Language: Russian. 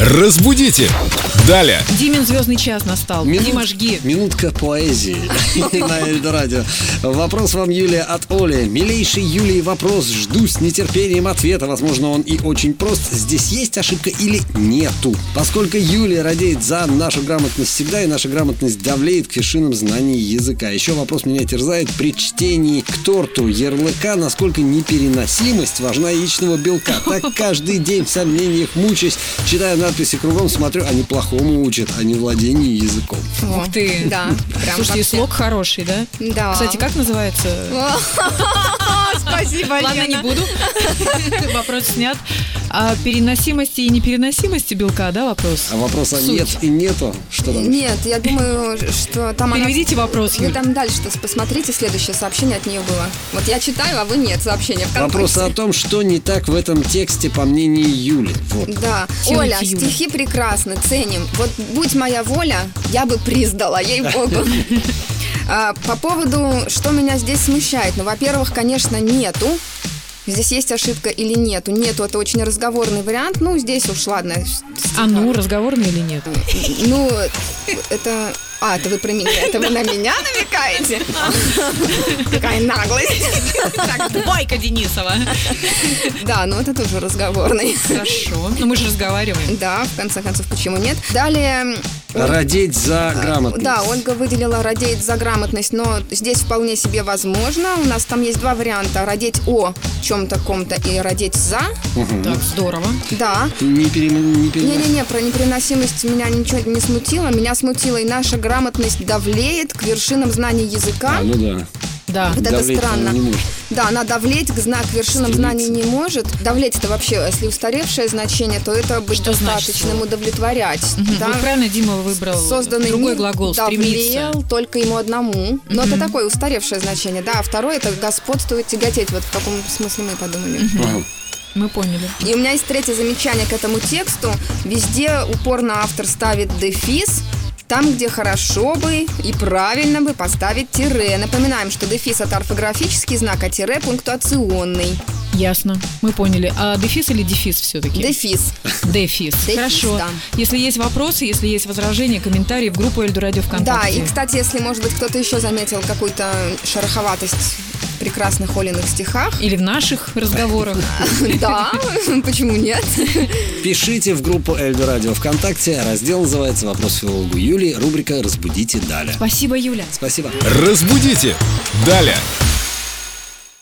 Разбудите! Далее! Димин звездный час настал. Дима, жги. Минутка поэзии на Эльдорадио. Вопрос вам, Юлия, от Оли. Милейший Юлии вопрос. Жду с нетерпением ответа. Возможно, он и очень прост. Здесь есть ошибка или нету? Поскольку Юлия радеет за нашу грамотность всегда, и наша грамотность давлеет к вершинам знаний языка. Еще вопрос меня терзает при чтении к торту ярлыка, насколько непереносимость важна яичного белка. Так каждый день в сомнениях мучаюсь, читая надписи кругом, смотрю, они плохому учат, а не владению языком. Ух ты. Да, прям Слушайте, и вообще. слог хороший, да? Да. Кстати, как называется? Спасибо, Ладно, Лена. не буду. Вопрос снят. О переносимости и непереносимости белка, да, вопрос? А вопроса Суть. нет и нету. Что там? Нет, я думаю, что там она... Переведите вопрос, Вы Юль. там дальше посмотрите, следующее сообщение от нее было. Вот я читаю, а вы нет сообщения в Вопрос о том, что не так в этом тексте, по мнению Юли. Вот. Да. Тянете, Оля, Юля. стихи прекрасны, ценим. Вот будь моя воля, я бы приздала, ей-богу. По поводу, что меня здесь смущает. Ну, во-первых, конечно, нету. Здесь есть ошибка или нету? Нету, это очень разговорный вариант. Ну, здесь уж ладно. А ну, разговорный или нет? Ну, это... это вы про меня, это вы на меня намекаете? Какая наглость. Так, двойка Денисова. Да, ну это тоже разговорный. Хорошо. Ну мы же разговариваем. Да, в конце концов, почему нет? Далее... Радеть за грамотность. Да, Ольга выделила родить за грамотность, но здесь вполне себе возможно. У нас там есть два варианта. Родить о чем-то, ком-то и родить за. Так, здорово. Да. Не-не-не, про непереносимость меня ничего не смутило. Меня смутила и наша грамотность давлеет к вершинам знаний языка. Ну да. Да. Вот это Давлеть странно. она не может. Да, она давлеть к вершинам Стремиться. знаний не может. Давлеть это вообще, если устаревшее значение, то это быть Что значит достаточным, слово? удовлетворять. Да? Вы правильно, Дима, выбрал Созданный другой мир глагол «стремиться». давлел только ему одному. Но это такое устаревшее значение. Да, а второе это господствовать, тяготеть. Вот в каком смысле мы подумали. Ага. Мы поняли. И у меня есть третье замечание к этому тексту. Везде упорно автор ставит дефис. Там, где хорошо бы и правильно бы поставить тире. Напоминаем, что дефис – это орфографический знак, а тире – пунктуационный. Ясно. Мы поняли. А дефис или дефис все-таки? Дефис. Дефис. Хорошо. да. Если есть вопросы, если есть возражения, комментарии в группу Эльдорадио Да, ВКонтакте. и, кстати, если, может быть, кто-то еще заметил какую-то шероховатость в прекрасных Олиных стихах. Или в наших разговорах. Да, почему нет? Пишите в группу Эльдорадио ВКонтакте. Раздел называется «Вопрос филологу Юлии». Рубрика «Разбудите Далее». Спасибо, Юля. Спасибо. Разбудите! Далее!